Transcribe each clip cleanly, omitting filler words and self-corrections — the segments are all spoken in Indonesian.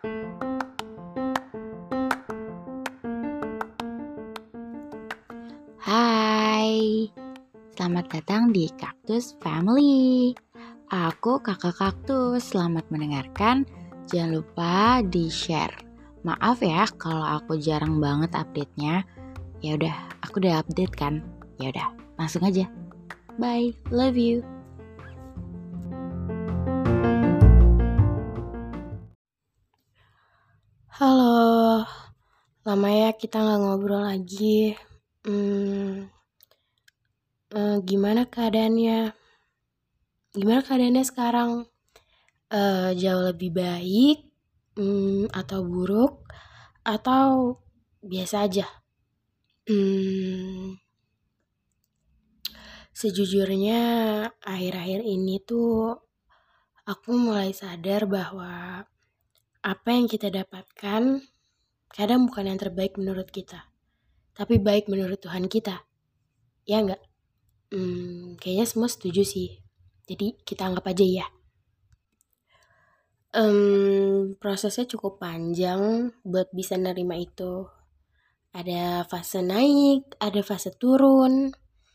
Hai, selamat datang di Kaktus Family. Aku kakak kaktus, selamat mendengarkan. Jangan lupa di-share. Maaf ya kalau aku jarang banget update-nya. Ya udah, aku udah update kan. Ya udah, langsung aja. Bye, love you. Halo, lama ya kita nggak ngobrol lagi. Gimana keadaannya? Gimana keadaannya sekarang? Jauh lebih baik, atau buruk, atau biasa aja? Sejujurnya akhir-akhir ini tuh aku mulai sadar bahwa apa yang kita dapatkan kadang bukan yang terbaik menurut kita, tapi baik menurut Tuhan kita. Ya nggak? Kayaknya semua setuju sih. Jadi kita anggap aja ya. Prosesnya cukup panjang buat bisa nerima itu. Ada fase naik, ada fase turun,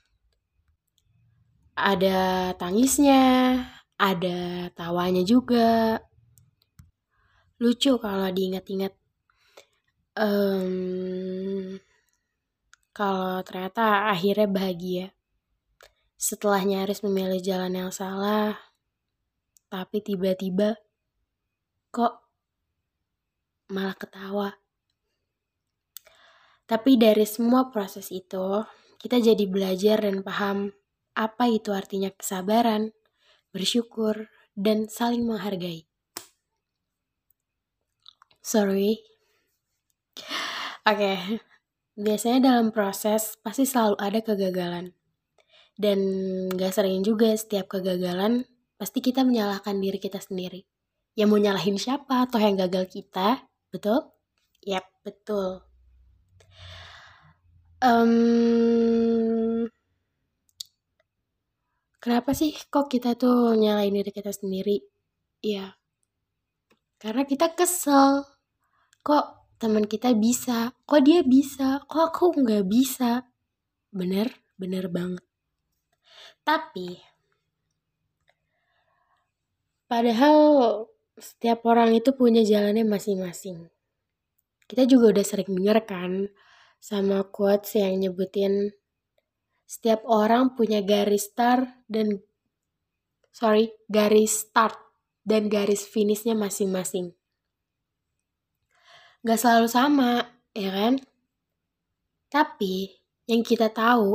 ada tangisnya, ada tawanya juga. Lucu kalau diingat-ingat. Kalau ternyata akhirnya bahagia. Setelah nyaris memilih jalan yang salah, tapi tiba-tiba kok malah ketawa. Tapi dari semua proses itu, kita jadi belajar dan paham apa itu artinya kesabaran, bersyukur, dan saling menghargai. Sorry. Oke. Biasanya dalam proses pasti selalu ada kegagalan. Dan gak sering juga setiap kegagalan pasti kita menyalahkan diri kita sendiri. Ya mau nyalahin siapa atau yang gagal kita, betul? Yap, betul. Kenapa sih kok kita tuh nyalain diri kita sendiri? Ya, karena kita kesel. Kok teman kita bisa? Kok dia bisa? Kok aku nggak bisa? Bener banget. Tapi, padahal setiap orang itu punya jalannya masing-masing. Kita juga udah sering denger kan sama quotes yang nyebutin setiap orang punya garis start dan garis finishnya masing-masing. Gak selalu sama, ya kan? Tapi yang kita tahu,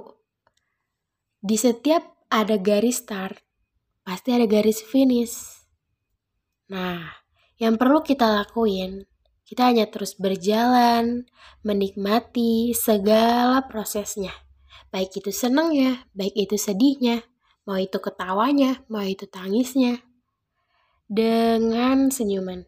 di setiap ada garis start, pasti ada garis finish. Nah, yang perlu kita lakuin, kita hanya terus berjalan, menikmati segala prosesnya. Baik itu senangnya, baik itu sedihnya, mau itu ketawanya, mau itu tangisnya. Dengan senyuman.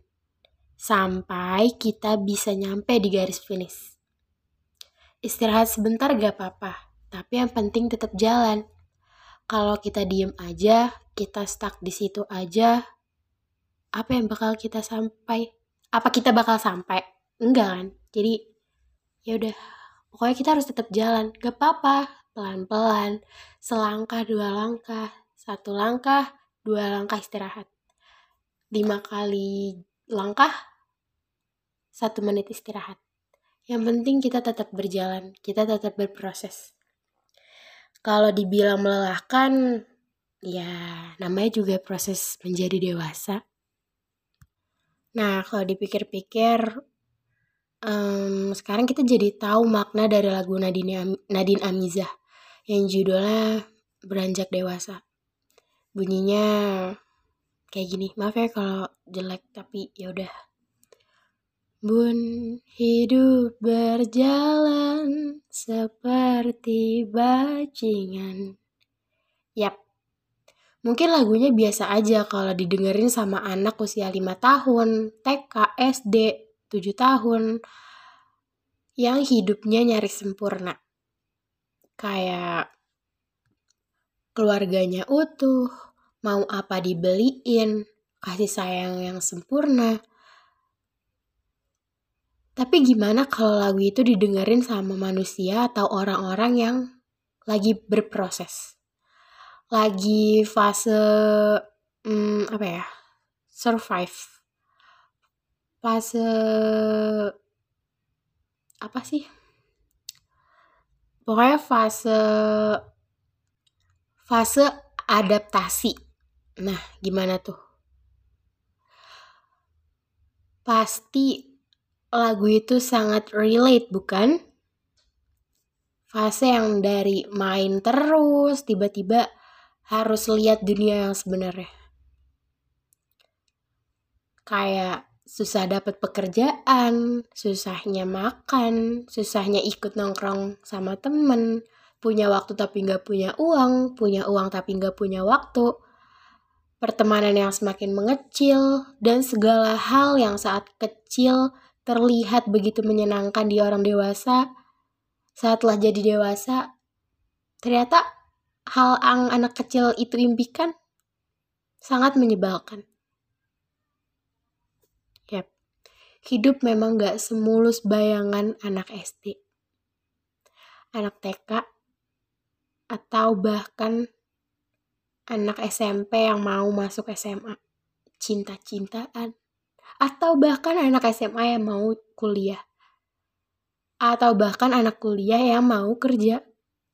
Sampai kita bisa nyampe di garis finish. Istirahat sebentar gak apa-apa, tapi yang penting tetap jalan. Kalau kita diem aja, kita stuck di situ aja, apa yang bakal kita sampai? Apa kita bakal sampai? Enggak kan? Jadi ya udah, pokoknya kita harus tetap jalan. Gak apa-apa, pelan-pelan, selangkah, 2 langkah, 1 langkah, 2 langkah istirahat. 5 kali langkah, 1 menit istirahat. Yang penting kita tetap berjalan, kita tetap berproses. Kalau dibilang melelahkan, ya namanya juga proses menjadi dewasa. Nah, kalau dipikir-pikir, sekarang kita jadi tahu makna dari lagu Nadine Amizah yang judulnya Beranjak Dewasa. Bunyinya kayak gini. Maaf ya kalau jelek, tapi ya udah. Bun, hidup berjalan seperti bajingan. Yap, mungkin lagunya biasa aja kalau didengerin sama anak usia 5 tahun, TK, SD, 7 tahun, yang hidupnya nyaris sempurna. Kayak keluarganya utuh, mau apa dibeliin, kasih sayang yang sempurna. Tapi gimana kalau lagu itu didengerin sama manusia atau orang-orang yang lagi berproses? Lagi fase survive. Fase apa sih? Pokoknya fase adaptasi. Nah, gimana tuh? Pasti lagu itu sangat relate, bukan? Fase yang dari main terus, tiba-tiba harus lihat dunia yang sebenarnya. Kayak susah dapat pekerjaan, susahnya makan, susahnya ikut nongkrong sama temen, punya waktu tapi nggak punya uang tapi nggak punya waktu, pertemanan yang semakin mengecil, dan segala hal yang saat kecil terlihat begitu menyenangkan di orang dewasa, saatlah jadi dewasa, ternyata hal yang anak kecil itu impikan sangat menyebalkan. Yap, hidup memang gak semulus bayangan anak SD, anak TK, atau bahkan anak SMP yang mau masuk SMA, cinta-cintaan, atau bahkan anak SMA yang mau kuliah, atau bahkan anak kuliah yang mau kerja.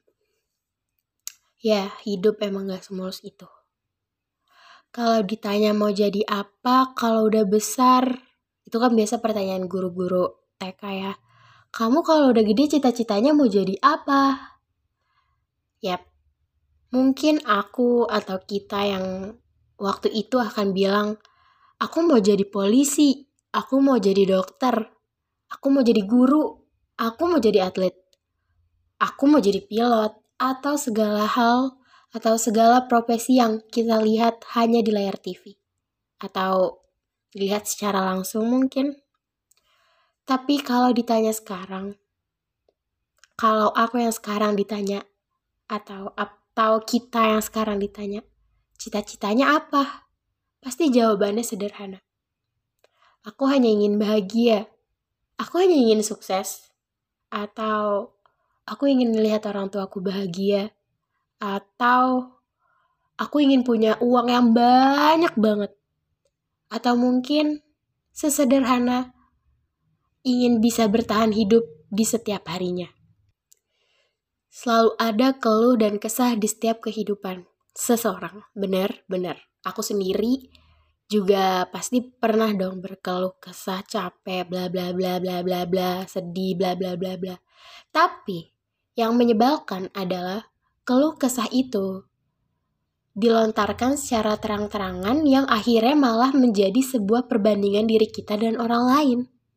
Ya, hidup emang gak semulus itu. Kalau ditanya mau jadi apa kalau udah besar, itu kan biasa pertanyaan guru-guru TK ya. Kamu kalau udah gede cita-citanya mau jadi apa? Yap, mungkin aku atau kita yang waktu itu akan bilang, aku mau jadi polisi, aku mau jadi dokter, aku mau jadi guru, aku mau jadi atlet, aku mau jadi pilot, atau segala hal atau segala profesi yang kita lihat hanya di layar TV atau dilihat secara langsung mungkin. Tapi kalau ditanya sekarang, kalau aku yang sekarang ditanya atau kita yang sekarang ditanya, cita-citanya apa? Pasti jawabannya sederhana. Aku hanya ingin bahagia. Aku hanya ingin sukses. Atau aku ingin melihat orang tuaku bahagia. Atau aku ingin punya uang yang banyak banget. Atau mungkin sesederhana ingin bisa bertahan hidup di setiap harinya. Selalu ada keluh dan kesah di setiap kehidupan seseorang. Benar. Aku sendiri juga pasti pernah dong berkeluh kesah, capek, bla bla bla bla bla bla, sedih, bla bla bla bla. Tapi yang menyebalkan adalah keluh kesah itu dilontarkan secara terang-terangan yang akhirnya malah menjadi sebuah perbandingan diri kita dan orang lain.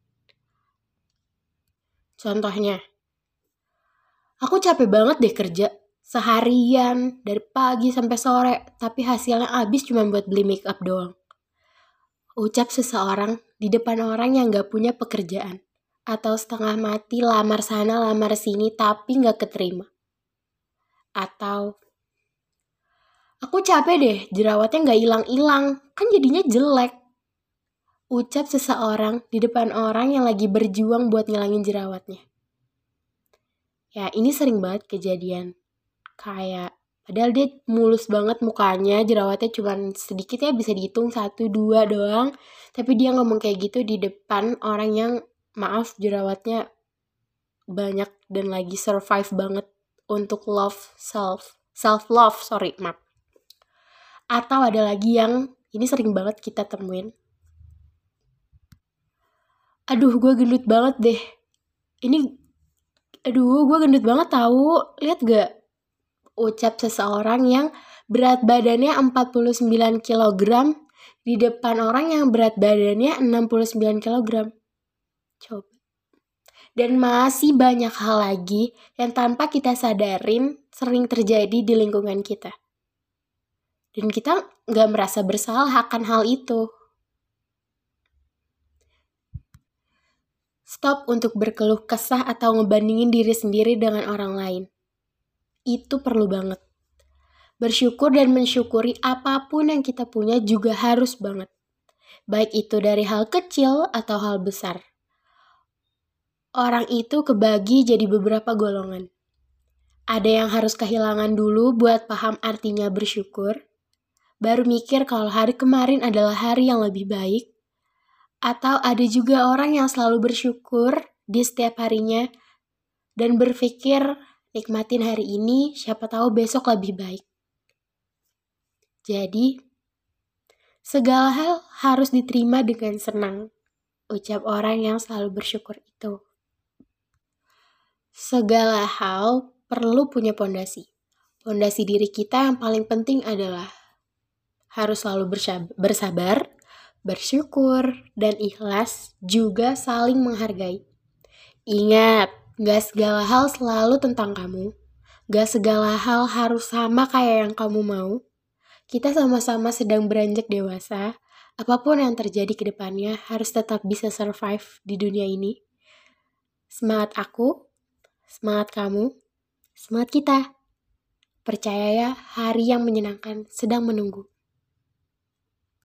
Contohnya, aku capek banget deh kerja seharian dari pagi sampai sore, tapi hasilnya habis cuma buat beli make up doang. Ucap seseorang di depan orang yang gak punya pekerjaan, atau setengah mati lamar sana lamar sini tapi gak keterima. Atau, aku capek deh jerawatnya gak hilang-hilang, kan jadinya jelek. Ucap seseorang di depan orang yang lagi berjuang buat ngilangin jerawatnya. Ya, ini sering banget kejadian. Kayak, padahal dia mulus banget mukanya, jerawatnya cuma sedikit ya, bisa dihitung 1-2 doang. Tapi dia ngomong kayak gitu di depan orang yang, maaf, jerawatnya banyak dan lagi survive banget untuk self-love. Atau ada lagi yang, ini sering banget kita temuin. Aduh, gue gendut banget deh. Gue gendut banget tahu. Lihat gak? Ucap seseorang yang berat badannya 49 kg di depan orang yang berat badannya 69 kg. Coba. Dan masih banyak hal lagi yang tanpa kita sadarin sering terjadi di lingkungan kita. Dan kita gak merasa bersalah akan hal itu. Stop untuk berkeluh kesah atau ngebandingin diri sendiri dengan orang lain. Itu perlu banget. Bersyukur dan mensyukuri apapun yang kita punya juga harus banget. Baik itu dari hal kecil atau hal besar. Orang itu kebagi jadi beberapa golongan. Ada yang harus kehilangan dulu buat paham artinya bersyukur, baru mikir kalau hari kemarin adalah hari yang lebih baik. Atau ada juga orang yang selalu bersyukur di setiap harinya dan berpikir nikmatin hari ini, siapa tahu besok lebih baik. Jadi, segala hal harus diterima dengan senang, ucap orang yang selalu bersyukur itu. Segala hal perlu punya pondasi. Pondasi diri kita yang paling penting adalah harus selalu bersabar, bersyukur, dan ikhlas, juga saling menghargai. Ingat, gak segala hal selalu tentang kamu. Gak segala hal harus sama kayak yang kamu mau. Kita sama-sama sedang beranjak dewasa. Apapun yang terjadi ke depannya harus tetap bisa survive di dunia ini. Semangat aku, semangat kamu, semangat kita. Percaya ya, hari yang menyenangkan sedang menunggu.